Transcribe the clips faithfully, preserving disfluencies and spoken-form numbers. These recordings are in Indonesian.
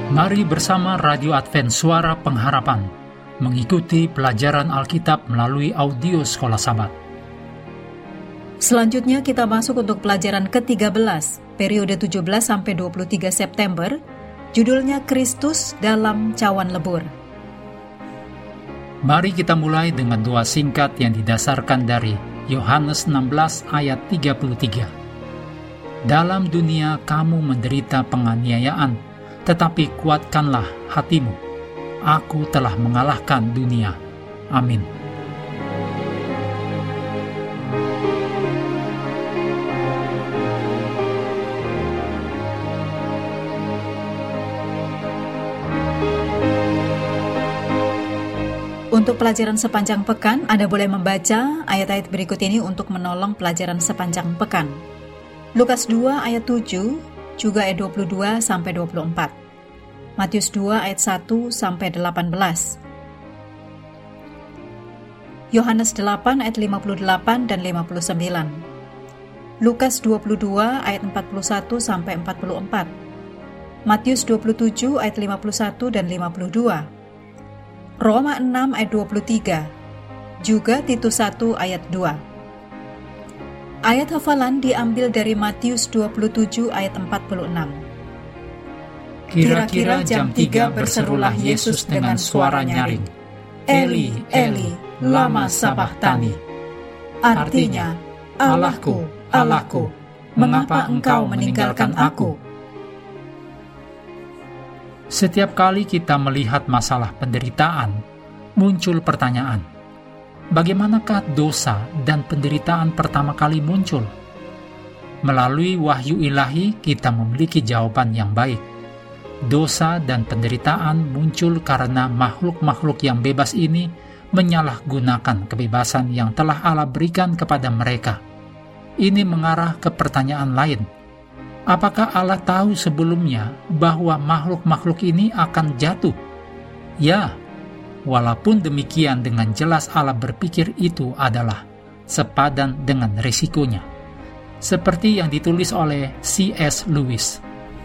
Mari bersama Radio Advent Suara Pengharapan mengikuti pelajaran Alkitab melalui audio Sekolah Sabat. Selanjutnya kita masuk untuk pelajaran ke tiga belas, periode tujuh belas sampai dua puluh tiga September, judulnya Kristus dalam Cawan Lebur. Mari kita mulai dengan doa singkat yang didasarkan dari Yohanes enam belas ayat tiga puluh tiga. Dalam dunia kamu menderita penganiayaan, tetapi kuatkanlah hatimu. Aku telah mengalahkan dunia. Amin. Untuk pelajaran sepanjang pekan, Anda boleh membaca ayat-ayat berikut ini untuk menolong pelajaran sepanjang pekan. Lukas dua ayat tujuh, juga ayat dua puluh dua sampai dua puluh empat. Matius dua ayat satu sampai delapan belas. Yohanes delapan ayat lima puluh delapan dan lima puluh sembilan. Lukas dua puluh dua ayat empat puluh satu sampai empat puluh empat. Matius dua puluh tujuh ayat lima puluh satu dan lima puluh dua. Roma enam ayat dua puluh tiga. Juga Titus satu ayat dua. Ayat hafalan diambil dari Matius dua puluh tujuh ayat empat puluh enam. Kira-kira jam tiga berserulah Yesus dengan suara nyaring, Eli, Eli, lama sabachthani. Artinya, Allahku, Allahku, mengapa engkau meninggalkan aku? Setiap kali kita melihat masalah penderitaan, muncul pertanyaan, bagaimanakah dosa dan penderitaan pertama kali muncul? Melalui wahyu ilahi, kita memiliki jawaban yang baik. Dosa dan penderitaan muncul karena makhluk-makhluk yang bebas ini menyalahgunakan kebebasan yang telah Allah berikan kepada mereka. Ini mengarah ke pertanyaan lain. Apakah Allah tahu sebelumnya bahwa makhluk-makhluk ini akan jatuh? Ya, walaupun demikian dengan jelas Allah berpikir itu adalah sepadan dengan risikonya. Seperti yang ditulis oleh C S Lewis.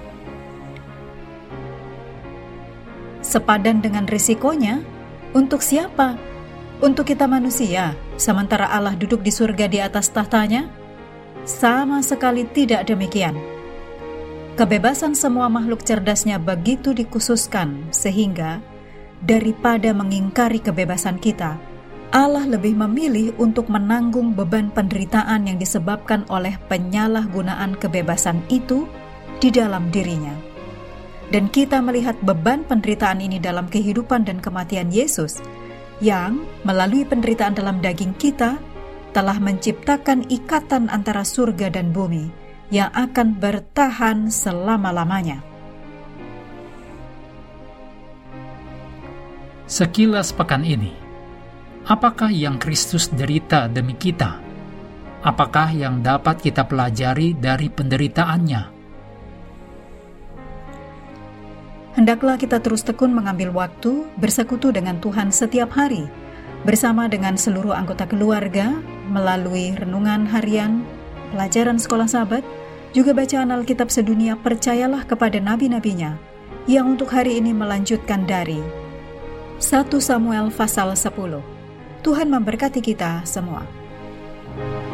Sepadan dengan risikonya? Untuk siapa? Untuk kita manusia, sementara Allah duduk di surga di atas tahtanya? Sama sekali tidak demikian. Kebebasan semua makhluk cerdasnya begitu dikhususkan sehingga daripada mengingkari kebebasan kita, Allah lebih memilih untuk menanggung beban penderitaan yang disebabkan oleh penyalahgunaan kebebasan itu di dalam dirinya. Dan kita melihat beban penderitaan ini dalam kehidupan dan kematian Yesus, yang melalui penderitaan dalam daging kita telah menciptakan ikatan antara surga dan bumi yang akan bertahan selama-lamanya. Sekilas pekan ini, apakah yang Kristus derita demi kita? Apakah yang dapat kita pelajari dari penderitaannya? Hendaklah kita terus tekun mengambil waktu bersekutu dengan Tuhan setiap hari, bersama dengan seluruh anggota keluarga, melalui renungan harian, pelajaran sekolah sahabat, juga bacaan Alkitab sedunia. Percayalah kepada nabi-nabinya, yang untuk hari ini melanjutkan dari satu Samuel pasal sepuluh. Tuhan memberkati kita semua.